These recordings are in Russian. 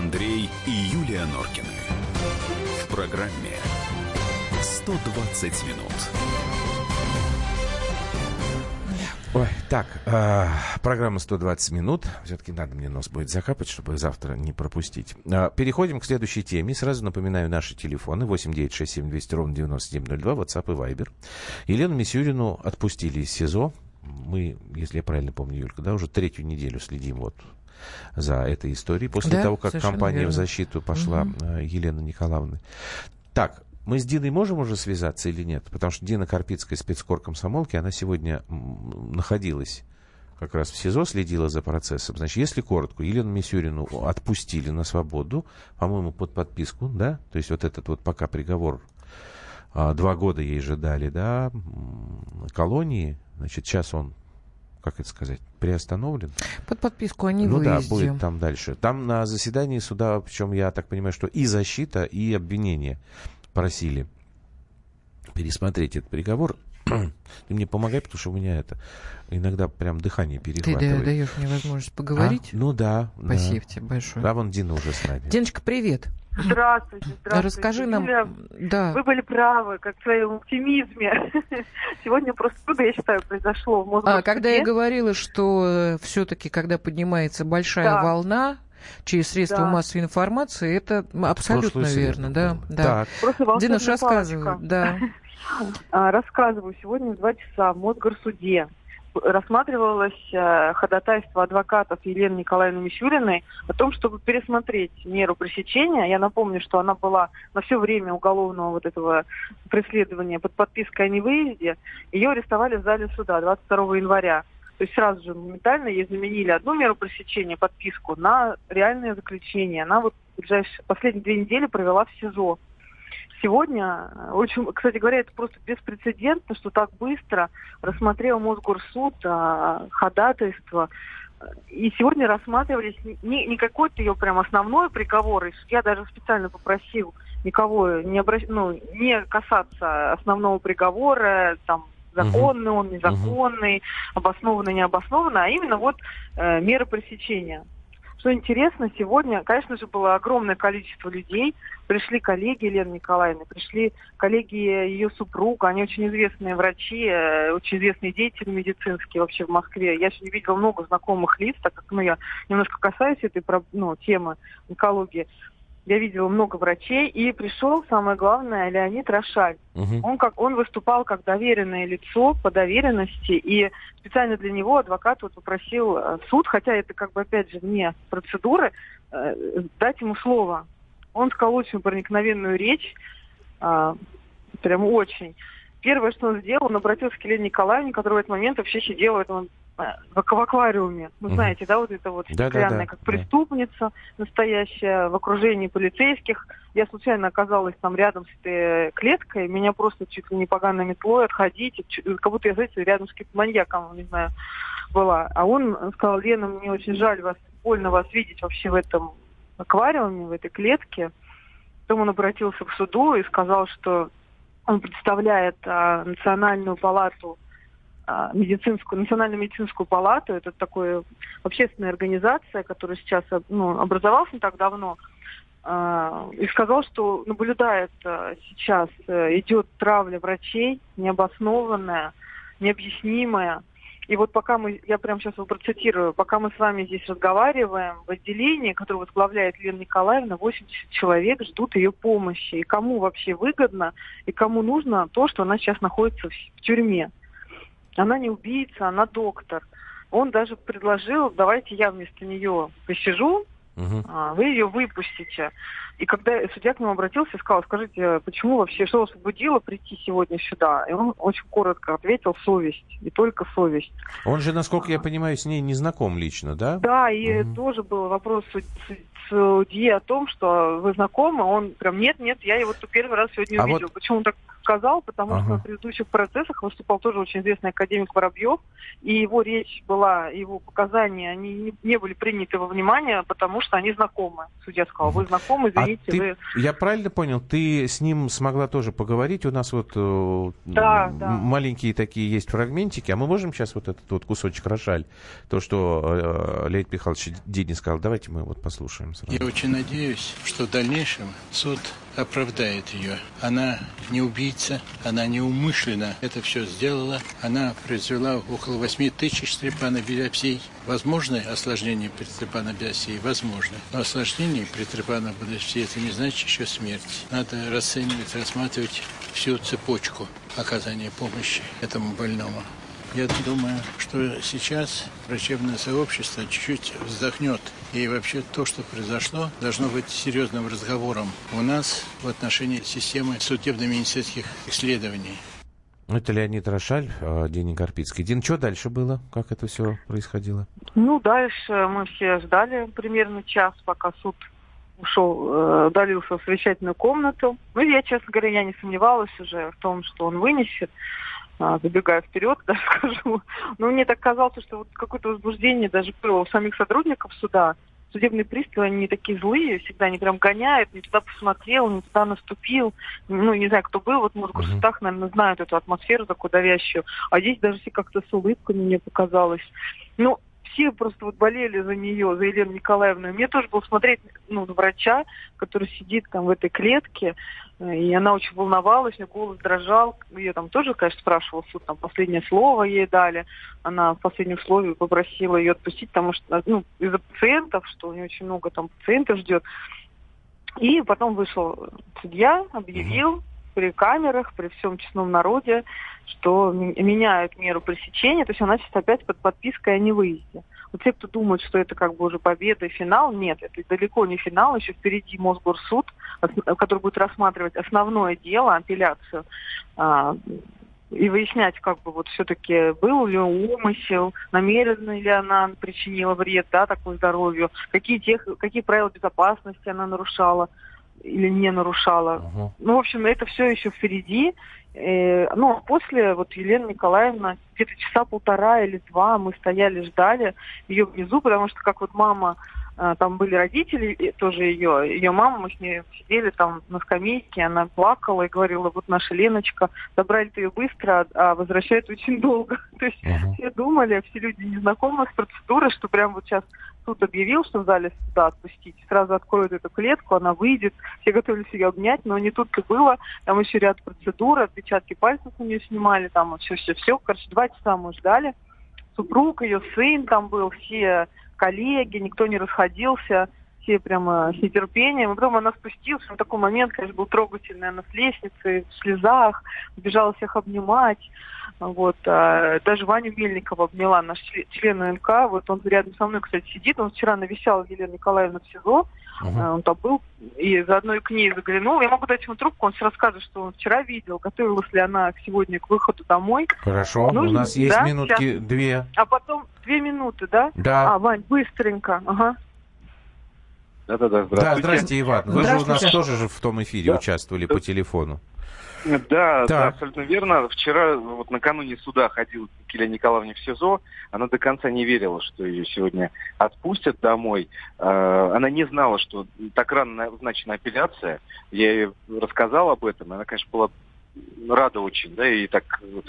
Андрей и Юлия Норкины. В программе 120 минут. Ой, так, программа 120 минут. Все-таки надо мне нос будет закапать, чтобы завтра не пропустить. Переходим к следующей теме. Сразу напоминаю наши телефоны. 8-967-200-97-02, WhatsApp и Viber. Елену Мисюрину отпустили из СИЗО. Мы, если я правильно помню, Юлька, да, уже третью неделю следим вот за этой историей. После того, как кампания верно. В защиту пошла Елены Николаевны. Так, мы с Диной можем уже связаться или нет? Потому что Дина Карпицкая, спецкор комсомолки, она сегодня находилась как раз в СИЗО, следила за процессом. Значит, если коротко, Елену Мисюрину отпустили на свободу, по-моему, под подписку, да? То есть вот этот вот пока приговор, 2 года ей же дали, да, колонии. Значит, сейчас он, как это сказать, приостановлен. Под подписку они выезде. Ну да, будет там дальше. Там на заседании суда, причем я так понимаю, что и защита, и обвинение просили пересмотреть этот приговор. Ты мне помогай, потому что у меня это иногда прям дыхание перехватывает. Ты даешь мне возможность поговорить? Ну да. Спасибо да. тебе большое. Да, вон Дина уже с нами. Диночка, привет. Здравствуйте. Расскажи нам. Юля, да. Вы были правы, как в своем оптимизме. Сегодня просто чудо, я считаю, произошло в Мосгорсуде. Когда я говорила, что все-таки, когда поднимается большая волна через средства массовой информации, это абсолютно верно. Да. Дина, рассказывай. Да. Рассказываю. Сегодня в 2 часа в Мосгорсуде рассматривалось ходатайство адвокатов Елены Николаевны Мисюриной о том, чтобы пересмотреть меру пресечения. Я напомню, что она была на все время уголовного вот этого преследования под подпиской о невыезде. Ее арестовали в зале суда 22 января. То есть сразу же моментально ей заменили одну меру пресечения, подписку, на реальное заключение. Она вот последние 2 недели провела в СИЗО. Сегодня, очень, кстати говоря, это просто беспрецедентно, что так быстро рассмотрел Мосгорсуд ходатайство. И сегодня рассматривались не какой-то ее прям основной приговор. И судья даже специально попросил никого не касаться основного приговора, там, законный он, незаконный, обоснованный, необоснованный, а именно вот меры пресечения. Что интересно, сегодня, конечно же, было огромное количество людей. Пришли коллеги Елены Николаевны, пришли коллеги ее супруга. Они очень известные врачи, очень известные деятели медицинские вообще в Москве. Я сегодня видела много знакомых лиц, так как я немножко касаюсь этой темы онкологии. Я видела много врачей, и пришел, самое главное, Леонид Рошаль. Он выступал как доверенное лицо по доверенности, и специально для него адвокат попросил суд, хотя это опять же вне процедуры, дать ему слово. Он сказал очень проникновенную речь, прям очень. Первое, что он сделал, он обратился к Елене Николаевне, которая в этот момент вообще сидела в аквариуме. Вы знаете, да, вот это вот стеклянная, как преступница настоящая, в окружении полицейских. Я случайно оказалась там рядом с этой клеткой, меня просто чуть ли не поганой метлой отходить, как будто я, знаете, рядом с каким-то маньяком, не знаю, была. А он сказал: Лена, мне очень жаль вас, больно вас видеть вообще в этом аквариуме, в этой клетке. Потом он обратился к суду и сказал, что он представляет Национальную палату, Национальную медицинскую палату. Это такая общественная организация, которая сейчас образовалась не так давно. И сказал, что наблюдает сейчас, идет травля врачей, необоснованная, необъяснимая. И вот я прямо сейчас его процитирую, пока мы с вами здесь разговариваем, в отделении, которое возглавляет Елена Николаевна, 80 человек ждут ее помощи. И кому вообще выгодно, и кому нужно то, что она сейчас находится в тюрьме. Она не убийца, она доктор. Он даже предложил: давайте я вместо нее посижу, вы ее выпустите. И когда судья к нему обратился и сказал: скажите, почему вообще, что вас побудило прийти сегодня сюда? И он очень коротко ответил: совесть, и только совесть. Он же, насколько я понимаю, с ней не знаком лично, да? Да, и тоже был вопрос судьи о том, что вы знакомы. Он прям: нет, я его первый раз сегодня увидел. Почему он так сказал? Потому что на предыдущих процессах выступал тоже очень известный академик Воробьев, и его речь была, его показания, они не были приняты во внимание, потому что они знакомы. Судья сказал: вы знакомы, извините. извините. Я правильно понял, ты с ним смогла тоже поговорить? У нас вот маленькие такие есть фрагментики, а мы можем сейчас вот этот вот кусочек «Рошаль», то, что Леонид Михайлович Денис сказал, давайте мы вот послушаем сразу. Я очень надеюсь, что в дальнейшем суд оправдает ее. Она не убийца, она неумышленно это все сделала. Она произвела около 8 тысяч трепанобиопсий. Возможно осложнение при трепанобиопсии? Возможно. Но осложнение при трепанобиопсии это не значит еще смерть. Надо расценивать, рассматривать всю цепочку оказания помощи этому больному. Я думаю, что сейчас врачебное сообщество чуть-чуть вздохнет. И вообще то, что произошло, должно быть серьезным разговором у нас в отношении системы судебно-медицинских исследований. Это Леонид Рошаль, Дени Карпицкий. Дин, что дальше было? Как это все происходило? Дальше мы все ждали примерно час, пока суд ушел, удалился в совещательную комнату. Я, честно говоря, я не сомневалась уже в том, что он вынесет. Забегая вперед, даже скажу. Но мне так казалось, что вот какое-то возбуждение даже было у самих сотрудников суда. Судебные приставы, они не такие злые, всегда они прям гоняют, не туда посмотрел, не туда наступил. Не знаю, кто был, вот, может, в судах, наверное, знают эту атмосферу такую давящую. А здесь даже все как-то с улыбками, мне показалось. Все просто вот болели за нее, за Елену Николаевну. Мне тоже было смотреть на врача, который сидит там в этой клетке, и она очень волновалась, у нее голос дрожал. Ее там тоже, конечно, спрашивал суд, там последнее слово ей дали. Она в последнем слове попросила ее отпустить, потому что, из-за пациентов, что у нее очень много там пациентов ждет. И потом вышел судья, объявил при камерах, при всем честном народе, что меняют меру пресечения, то есть она сейчас опять под подпиской о невыезде. Вот те, кто думают, что это как бы уже победа и финал, нет, это далеко не финал, еще впереди Мосгорсуд, который будет рассматривать основное дело, апелляцию, и выяснять, как бы вот все-таки был ли умысел, намеренно ли она причинила вред, такому здоровью, какие правила безопасности она нарушала или не нарушала. В общем, это все еще впереди. После Елена Николаевна где-то часа 1,5 или 2 мы стояли, ждали ее внизу, потому что как вот мама, там были родители, тоже ее мама, мы с ней сидели там на скамейке, она плакала и говорила, вот наша Леночка, забрали-то ее быстро, а возвращают очень долго. То есть все думали, все люди не знакомы с процедурой, что прям вот сейчас суд объявил, что в зале суда отпустить, сразу откроют эту клетку, она выйдет, все готовились ее обнять, но не тут-то было, там еще ряд процедур, отпечатки пальцев у нее снимали, там все, короче, 2 часа мы ждали, супруг, ее сын там был, все коллеги, никто не расходился, все прямо с нетерпением. И потом она спустилась, такой момент, конечно, был трогательный, она с лестницы, в слезах, убежала всех обнимать. Даже Ваню Мельникова обняла, наш член УНК, он рядом со мной, кстати, сидит, он вчера навещал Елену Николаевну в СИЗО, он там был, и заодно и к ней заглянул. Я могу дать ему трубку, он все расскажет, что он вчера видел, готовилась ли она сегодня к выходу домой. Хорошо, у нас есть минутки 2. А потом 2 минуты, да? Да. Вань, быстренько, ага. Да-да-да, здравствуйте. Да, здрасте, Иван. Вы же у нас тоже в том эфире участвовали по телефону. Да, абсолютно верно. Вчера, накануне суда, ходил к Елене Николаевне в СИЗО. Она до конца не верила, что ее сегодня отпустят домой. Она не знала, что так рано назначена апелляция. Я ей рассказал об этом. Она, конечно, была рада очень, и так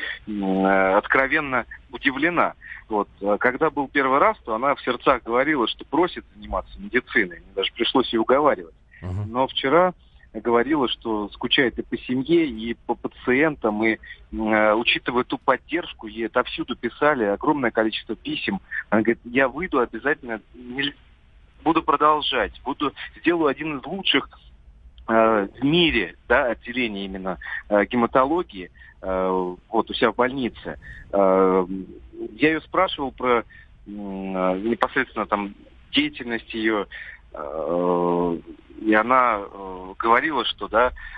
откровенно удивлена. Когда был первый раз, то она в сердцах говорила, что бросит заниматься медициной. Мне даже пришлось ее уговаривать. Но вчера говорила, что скучает и по семье, и по пациентам, и учитывая ту поддержку, ей отовсюду писали огромное количество писем. Она говорит, я выйду обязательно, буду продолжать, сделаю один из лучших в мире отделений именно гематологии у себя в больнице. Я ее спрашивал про непосредственно деятельность ее, и она говорила, что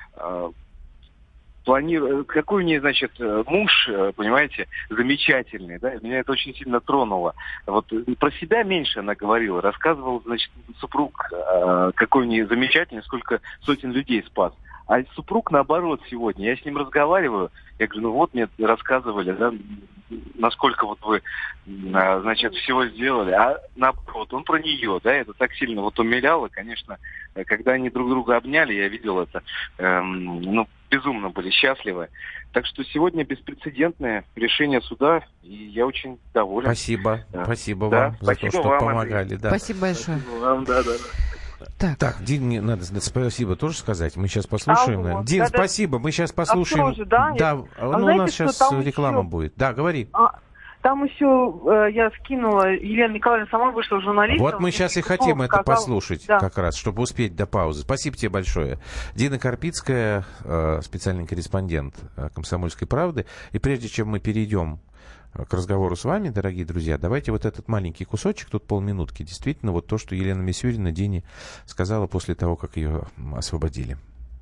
какой у нее, муж, понимаете, замечательный, меня это очень сильно тронуло. Про себя меньше она говорила, рассказывал, супруг, какой у нее замечательный, сколько сотен людей спас. А супруг, наоборот, сегодня. Я с ним разговариваю. Я говорю, ну вот мне рассказывали, да, насколько вот вы, значит, всего сделали. А наоборот, он про нее, да, это так сильно вот умиляло. Конечно, когда они друг друга обняли, я видел это, безумно были счастливы. Так что сегодня беспрецедентное решение суда, и я очень доволен. Спасибо. Спасибо вам за то, что помогали. Да. Спасибо большое. Спасибо вам, да. Так, Дин, мне надо спасибо тоже сказать. Мы сейчас послушаем. Дин, спасибо. Мы сейчас послушаем. Тоже, да? У нас сейчас реклама будет. Да, говори. Там еще я скинула, Елена Николаевна сама вышла журналистом. Вот мы сейчас и хотим это послушать, как раз, чтобы успеть до паузы. Спасибо тебе большое. Дина Карпицкая, специальный корреспондент «Комсомольской правды». И прежде чем мы перейдем к разговору с вами, дорогие друзья, давайте вот этот маленький кусочек, тут полминутки, действительно, вот то, что Елена Мисюрина Дине сказала после того, как ее освободили.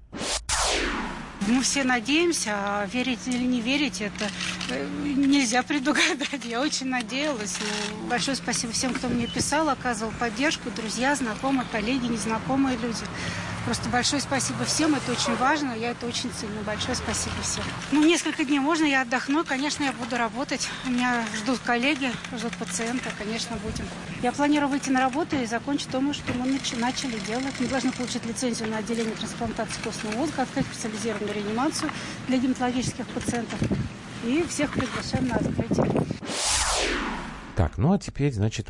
Мы все надеемся, а верить или не верить, это нельзя предугадать. Я очень надеялась. Большое спасибо всем, кто мне писал, оказывал поддержку, друзья, знакомые, коллеги, незнакомые люди. Просто большое спасибо всем, это очень важно, я это очень ценю. Большое спасибо всем. Несколько дней можно, я отдохну, конечно, я буду работать. Меня ждут коллеги, ждут пациенты, конечно, будем. Я планирую выйти на работу и закончить то, что мы начали делать. Мы должны получить лицензию на отделение трансплантации костного мозга, открыть специализированную реанимацию для гематологических пациентов. И всех приглашаем на открытие. Так, а теперь, значит,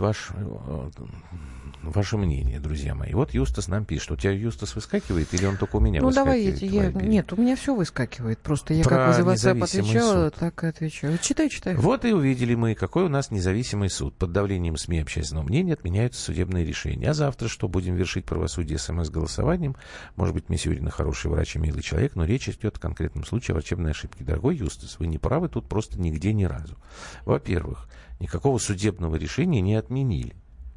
ваше мнение, друзья мои. Вот Юстас нам пишет. У тебя Юстас выскакивает или он только у меня выскакивает? Нет, у меня все выскакивает. Просто я как из WhatsApp отвечала, так и отвечаю. Читай. Вот и увидели мы, какой у нас независимый суд. Под давлением СМИ и общественного мнения отменяются судебные решения. А завтра что? Будем вершить правосудие СМС-голосованием? Может быть, Мисюрина хороший врач и милый человек, но речь идет в конкретном случае о врачебной ошибке. Дорогой Юстас, вы не правы тут просто нигде ни разу. Во-первых, никакого судебного решения не отменили.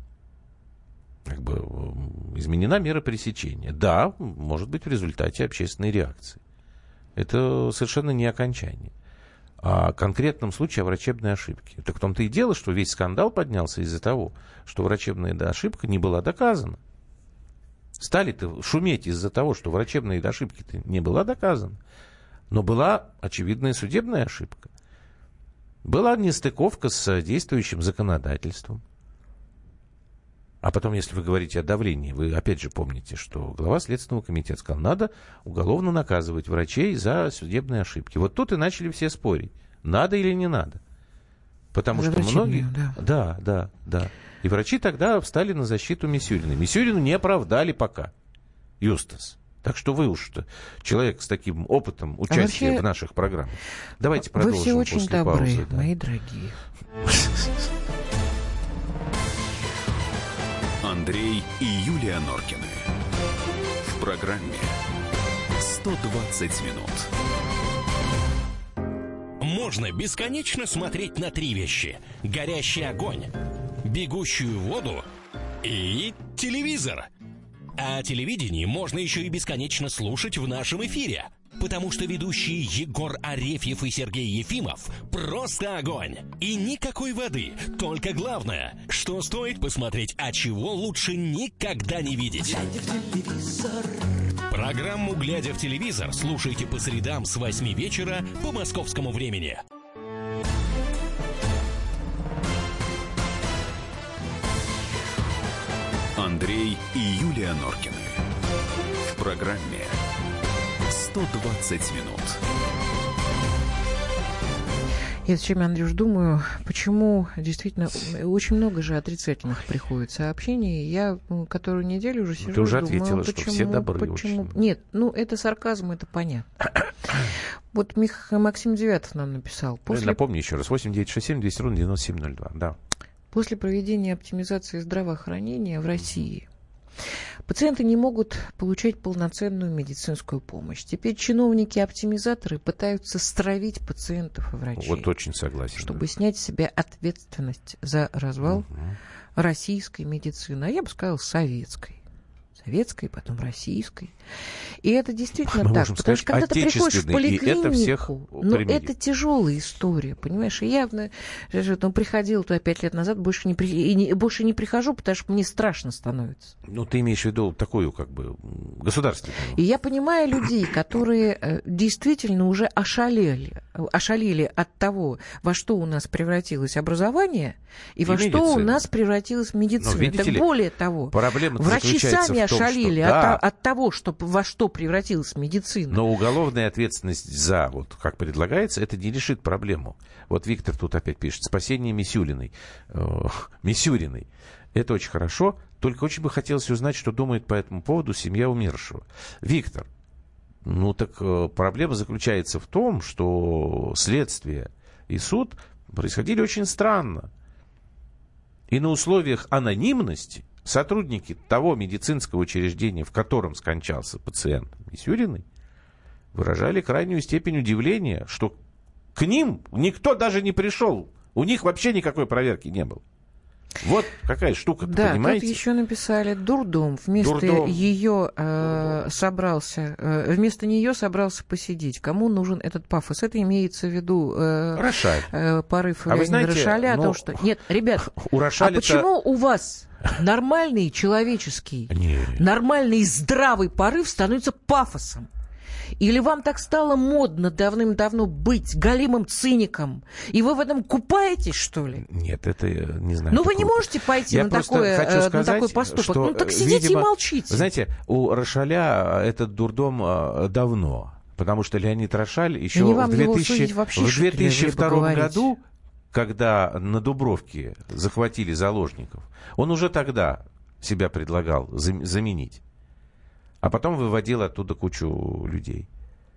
Изменена мера пресечения. Да, может быть, в результате общественной реакции. Это совершенно не окончание. А в конкретном случае о врачебной ошибке. Так в том-то и дело, что весь скандал поднялся из-за того, что врачебная ошибка не была доказана. Стали-то шуметь из-за того, что врачебная ошибка не была доказана. Но была очевидная судебная ошибка. Была нестыковка с действующим законодательством. А потом, если вы говорите о давлении, вы опять же помните, что глава Следственного комитета сказал, надо уголовно наказывать врачей за судебные ошибки. Вот тут и начали все спорить, надо или не надо. Потому что многие... Да. И врачи тогда встали на защиту Мисюриной. Мисюрину не оправдали пока, Юстас. Так что вы уж человек с таким опытом участия в наших программах. Давайте продолжим после паузы. Вы все очень добрые, мои дорогие. Андрей и Юлия Норкины. В программе 120 минут. Можно бесконечно смотреть на три вещи. Горящий огонь, бегущую воду и телевизор. А телевидение можно еще и бесконечно слушать в нашем эфире. Потому что ведущие Егор Арефьев и Сергей Ефимов просто огонь. И никакой воды. Только главное, что стоит посмотреть, а чего лучше никогда не видеть. Глядя в телевизор. Программу «Глядя в телевизор» слушайте по средам с 8 вечера по московскому времени. Андрей и Юлия Норкины. В программе 120 минут. Я зачем, Андрюш, думаю, почему действительно очень много же отрицательных приходит сообщений. Я которую неделю уже сижу. Ты уже думаю, ответила, что все добры очень. Нет, это сарказм, это понятно. Вот Максим Девятов нам написал. Напомню еще раз, 8967-200-9702, да. После проведения оптимизации здравоохранения в России пациенты не могут получать полноценную медицинскую помощь. Теперь чиновники-оптимизаторы пытаются стравить пациентов и врачей. Вот очень согласен. Чтобы снять с себя ответственность за развал российской медицины, а я бы сказала, советской. советской, потом российской. И это действительно мы так. можем Потому сказать, что когда ты приходишь в поликлинику, это тяжелая история, понимаешь? И явно, приходил туда 5 лет назад, больше не прихожу, потому что мне страшно становится. Ну, ты имеешь в виду такую, как бы, государственную. И я понимаю людей, которые действительно уже ошалели от того, во что у нас превратилось образование и во что у нас превратилась медицина. Так более того, врачи сами ошалели от того, во что превратилась медицина. Но уголовная ответственность за, вот как предлагается, это не решит проблему. Вот Виктор тут опять пишет: спасение Мисюриной. Это очень хорошо, только очень бы хотелось узнать, что думает по этому поводу семья умершего. Виктор, ну так проблема заключается в том, что следствие и суд происходили очень странно. И на условиях анонимности сотрудники того медицинского учреждения, в котором скончался пациент Мисюриной, выражали крайнюю степень удивления, что к ним никто даже не пришел. У них вообще никакой проверки не было. Вот какая штука, понимаете? Да, тут еще написали дурдом. Вместо нее собрался посидеть. Кому нужен этот пафос? Это имеется в виду порыв Леонида Рошаля. О том, что... Нет, ребят, почему у вас нормальный человеческий, нормальный здравый порыв становится пафосом? Или вам так стало модно давным-давно быть голимым циником? И вы в этом купаетесь, что ли? Нет, это не знаю. Ну, вы не можете пойти на такой поступок. Что, ну, так сидите, видимо, и молчите. Знаете, у Рошаля этот дурдом давно. Потому что Леонид Рошаль еще в 2002 году, когда на Дубровке захватили заложников, он уже тогда себя предлагал заменить. А потом выводил оттуда кучу людей.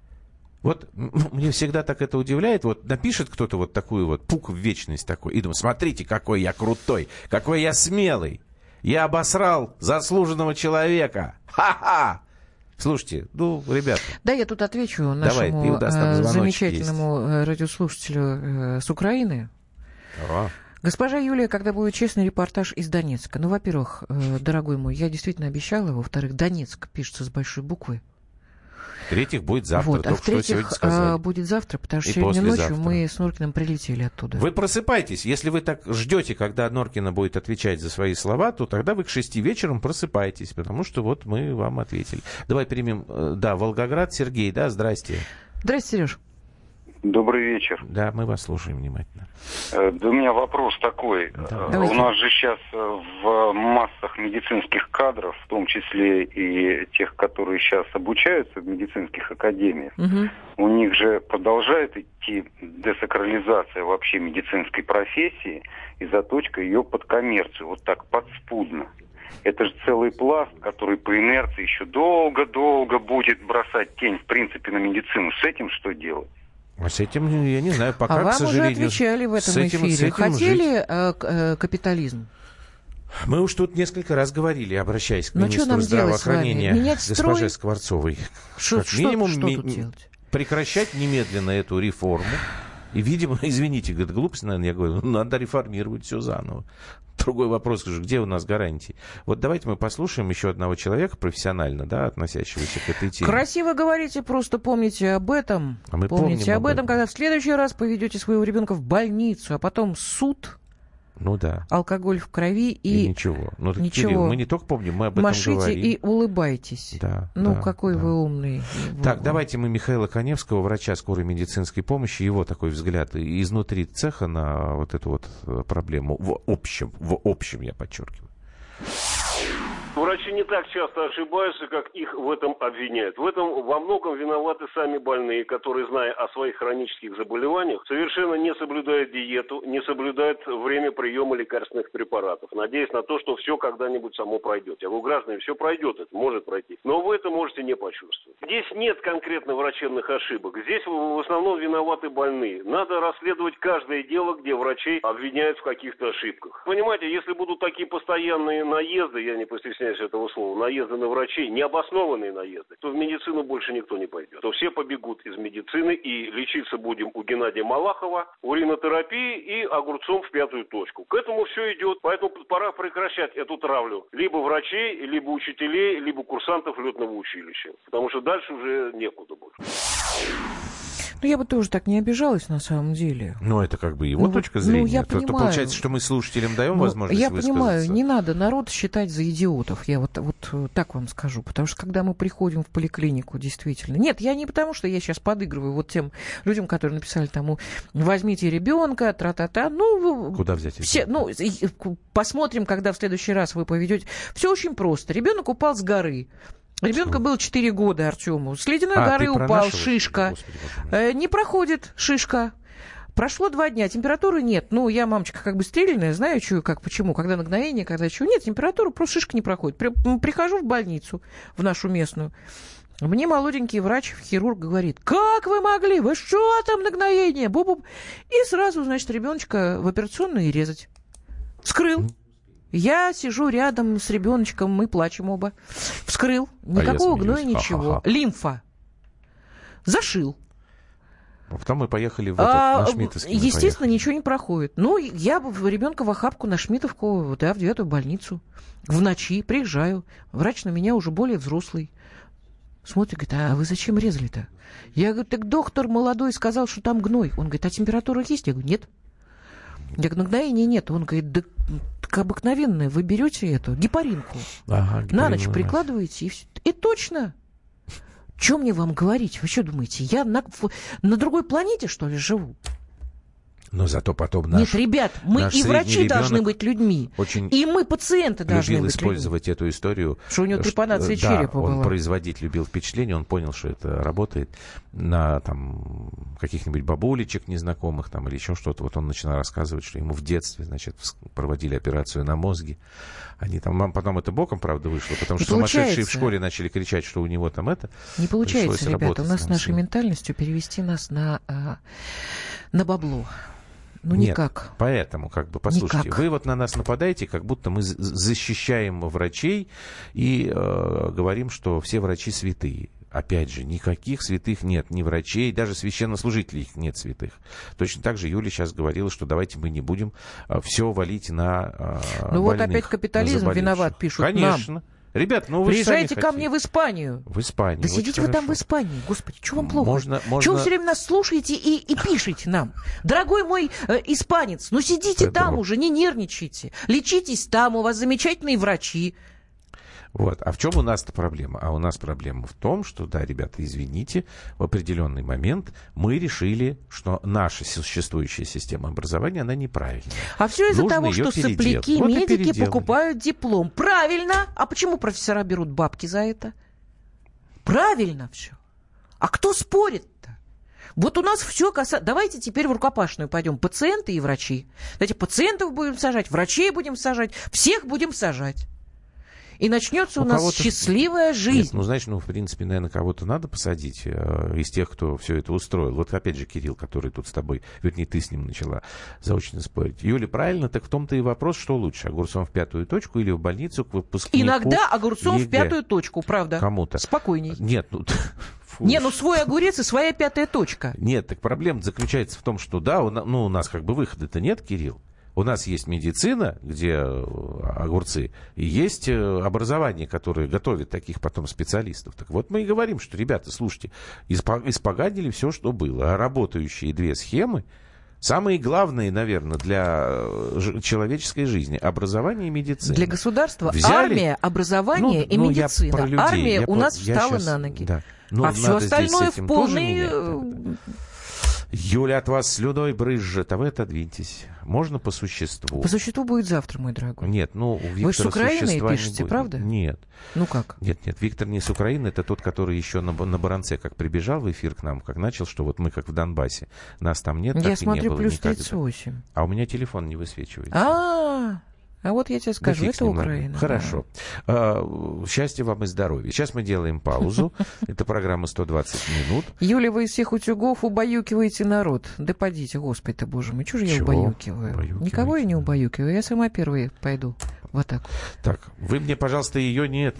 Вот мне всегда так это удивляет. Вот напишет кто-то вот такую вот пук в вечность такой. И думает: смотрите, какой я крутой, какой я смелый. Я обосрал заслуженного человека. Ха-ха! Слушайте, ребята. Да, я тут отвечу нашему замечательному радиослушателю с Украины. Госпожа Юлия, когда будет честный репортаж из Донецка? Ну, во-первых, дорогой мой, я действительно обещала. Во-вторых, Донецк пишется с большой буквы. В-третьих, будет завтра. Вот. А в-третьих, будет завтра, потому что сегодня ночью мы с Норкиным прилетели оттуда. Вы просыпайтесь. Если вы так ждете, когда Норкина будет отвечать за свои слова, то тогда вы к 6 вечером просыпайтесь, потому что вот мы вам ответили. Давай примем, Волгоград. Сергей, здрасте. Здрасте, Сереж. Добрый вечер. Да, мы вас слушаем внимательно. Да у меня вопрос такой. У нас же сейчас в массах медицинских кадров, в том числе и тех, которые сейчас обучаются в медицинских академиях, у них же продолжает идти десакрализация вообще медицинской профессии и заточка ее под коммерцию, вот так подспудно. Это же целый пласт, который по инерции еще долго-долго будет бросать тень, в принципе, на медицину. С этим что делать? А с этим, я не знаю, пока, вам к сожалению... уже отвечали в этом эфире. Хотели капитализм? Мы уж тут несколько раз говорили, обращаясь к министру здравоохранения госпоже Скворцовой. Как минимум, прекращать немедленно эту реформу. И, видимо, извините, говорит, глупость, наверное, я говорю, надо реформировать все заново. Другой вопрос, где у нас гарантии? Вот давайте мы послушаем еще одного человека профессионально, относящегося к этой теме. Красиво говорите, просто помните об этом. Помните об этом, когда в следующий раз поведете своего ребенка в больницу, а потом суд... алкоголь в крови и ничего. Кирилл, мы не только помним, мы об этом говорим. Машите и улыбайтесь. Какой вы умный. Так, давайте мы Михаила Коневского, врача скорой медицинской помощи, его такой взгляд изнутри цеха на вот эту вот проблему. В общем, я подчеркиваю. Врачи не так часто ошибаются, как их в этом обвиняют. В этом во многом виноваты сами больные, которые, зная о своих хронических заболеваниях, совершенно не соблюдают диету, не соблюдают время приема лекарственных препаратов, надеясь на то, что все когда-нибудь само пройдет. Я говорю, граждане, все пройдет, это может пройти. Но вы это можете не почувствовать. Здесь нет конкретно врачебных ошибок. Здесь в основном виноваты больные. Надо расследовать каждое дело, где врачей обвиняют в каких-то ошибках. Понимаете, если будут такие постоянные наезды, я не постесняюсь стесняюсь этого слова, наезды на врачей, необоснованные наезды, то в медицину больше никто не пойдет. То все побегут из медицины, и лечиться будем у Геннадия Малахова, уринотерапии и огурцом в 5-ю точку. К этому все идет, поэтому пора прекращать эту травлю. Либо врачей, либо учителей, либо курсантов летного училища. Потому что дальше уже некуда больше. Ну, я бы тоже так не обижалась, на самом деле. Ну, это как бы его точка зрения. Я понимаю. То получается, что мы слушателям даем возможность высказаться. Я понимаю, не надо народ считать за идиотов. Я вот так вам скажу. Потому что, когда мы приходим в поликлинику, действительно... Нет, я не потому, что я сейчас подыгрываю вот тем людям, которые написали там, возьмите ребенка, тра-та-та. Ну, куда взять все, посмотрим, когда в следующий раз вы поведете. Все очень просто. Ребенок упал с горы. Ребенку было 4 года, Артему. С ледяной горы упал, шишка. Не проходит шишка. Прошло 2 дня, температуры нет. Ну, я, мамочка, как бы стрельная, знаю, что, как, почему, когда нагноение, когда чего. Нет, температура, просто шишка не проходит. Прихожу в больницу, в нашу местную. Мне молоденький врач, хирург, говорит: как вы могли? Вы что там нагноение? Бу-бу. И сразу, значит, ребеночка в операционную и резать. Вскрыл. Я сижу рядом с ребеночком, мы плачем оба. Вскрыл. Никакого гноя, ничего. Ха-ха-ха. Лимфа. Зашил. А потом мы поехали в на Шмидтовский. Естественно, ничего не проходит. Ну, я ребенка в охапку на Шмидтовку, да, в 9-ю больницу. В ночи приезжаю. Врач на меня уже более взрослый. Смотрит, говорит: а вы зачем резали-то? Я говорю: так доктор молодой сказал, что там гной. Он говорит: а температура есть? Я говорю: нет. Я говорю: нагноения нет. Он говорит: да обыкновенная, вы берете эту гепаринку, на ночь прикладываете, и все. И точно. Что мне вам говорить? Вы что думаете, я на другой планете, что ли, живу? Но зато потом Нет, ребят, мы и врачи должны быть людьми, и мы, пациенты, должны быть использовать людьми. эту историю. Что у него трепанация черепа была. Он производить любил впечатление, он понял, что это работает на там, каких-нибудь бабулечек незнакомых там, или еще что-то. Вот он начинал рассказывать, что ему в детстве, значит, проводили операцию на мозге. Они там, потом это боком, правда, вышло, потому что сумасшедшие в школе начали кричать, что у него там это. Не получается, ребята, у нас с нашей ментальностью перевести нас на бабло. Ну, нет, никак. Поэтому, как бы, послушайте, никак. Вы вот на нас нападаете, как будто мы защищаем врачей и говорим, что все врачи святые. Опять же, никаких святых нет, ни врачей, даже священнослужителей нет святых. Точно так же Юля сейчас говорила, что давайте мы не будем все валить на ну больных, вот опять капитализм виноват, пишут. Конечно. Нам. Ребят, ну вы приезжайте ко мне в Испанию. В Испанию. Да сидите вы там в Испании. Господи, что вам плохо? Можно... Чего вы все время нас слушаете и пишете нам? Дорогой мой испанец, ну сидите там уже, не нервничайте. Лечитесь там, у вас замечательные врачи. Вот. А в чем у нас-то проблема? А у нас проблема в том, что, да, ребята, извините, в определенный момент мы решили, что наша существующая система образования, она неправильная. А все из-за того, что сопляки, медики покупают диплом. Правильно. А почему профессора берут бабки за это? Правильно все. А кто спорит-то? Вот у нас все касается... Давайте теперь в рукопашную пойдем. Пациенты и врачи. Давайте пациентов будем сажать, врачей будем сажать, всех будем сажать. И начнется у нас счастливая жизнь. Нет, ну, знаешь, в принципе, наверное, кого-то надо посадить из тех, кто все это устроил. Вот опять же Кирилл, который тут с тобой, вернее, ты с ним начала заочно спорить. Юля, правильно, так в том-то и вопрос, что лучше, огурцом в 5-ю точку или в больницу к выпускнику Иногда огурцом в 5-ю точку, правда. Кому-то. Спокойней. Нет, свой огурец и своя 5-я точка. Нет, так проблема заключается в том, что, да, у нас как бы выхода-то нет, Кирилл. У нас есть медицина, где огурцы, и есть образование, которое готовит таких потом специалистов. Так вот мы и говорим, что, ребята, слушайте, испоганили все, что было. А работающие 2 схемы, самые главные, наверное, для человеческой жизни — образование и медицина. Для государства армия, образование и медицина. Армия у нас встала на ноги. Да. А все остальное в полный... Юля, от вас слюной брызжет, а вы отодвиньтесь. Можно по существу? По существу будет завтра, мой дорогой. Нет, у Виктора вы с Украины пишете, правда? Нет. Ну как? Нет, Виктор не с Украины, это тот, который еще на Баранце как прибежал в эфир к нам, как начал, что вот мы как в Донбассе. Нас там нет, так я и смотрю, не было плюс никогда. 38. А у меня телефон не высвечивается. А вот я тебе скажу, это Украина. Хорошо. Счастья вам и здоровья. Сейчас мы делаем паузу. Это программа «120 минут». Юля, вы из всех утюгов убаюкиваете народ. Да подите, Господи ты, Боже мой, чего же я убаюкиваю? Никого я не убаюкиваю, я сама первая пойду Вот так. Так, вы мне, пожалуйста, ее не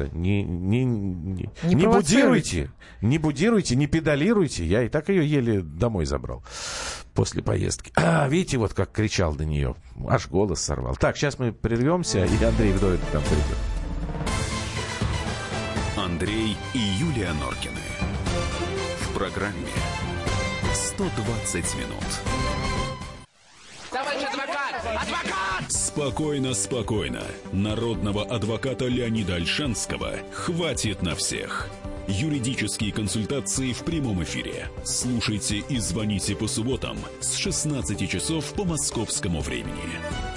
будируйте, не педалируйте. Я и так ее еле домой забрал после поездки. Видите, вот как кричал до нее. Аж голос сорвал. Так, сейчас мы прервемся, и Андрей Вдовин к нам придет. Андрей и Юлия Норкины. В программе 120 минут. Товарищ адвокат! Адвокат! Спокойно, спокойно. Народного адвоката Леонида Ольшанского хватит на всех. Юридические консультации в прямом эфире. Слушайте и звоните по субботам с 16 часов по московскому времени.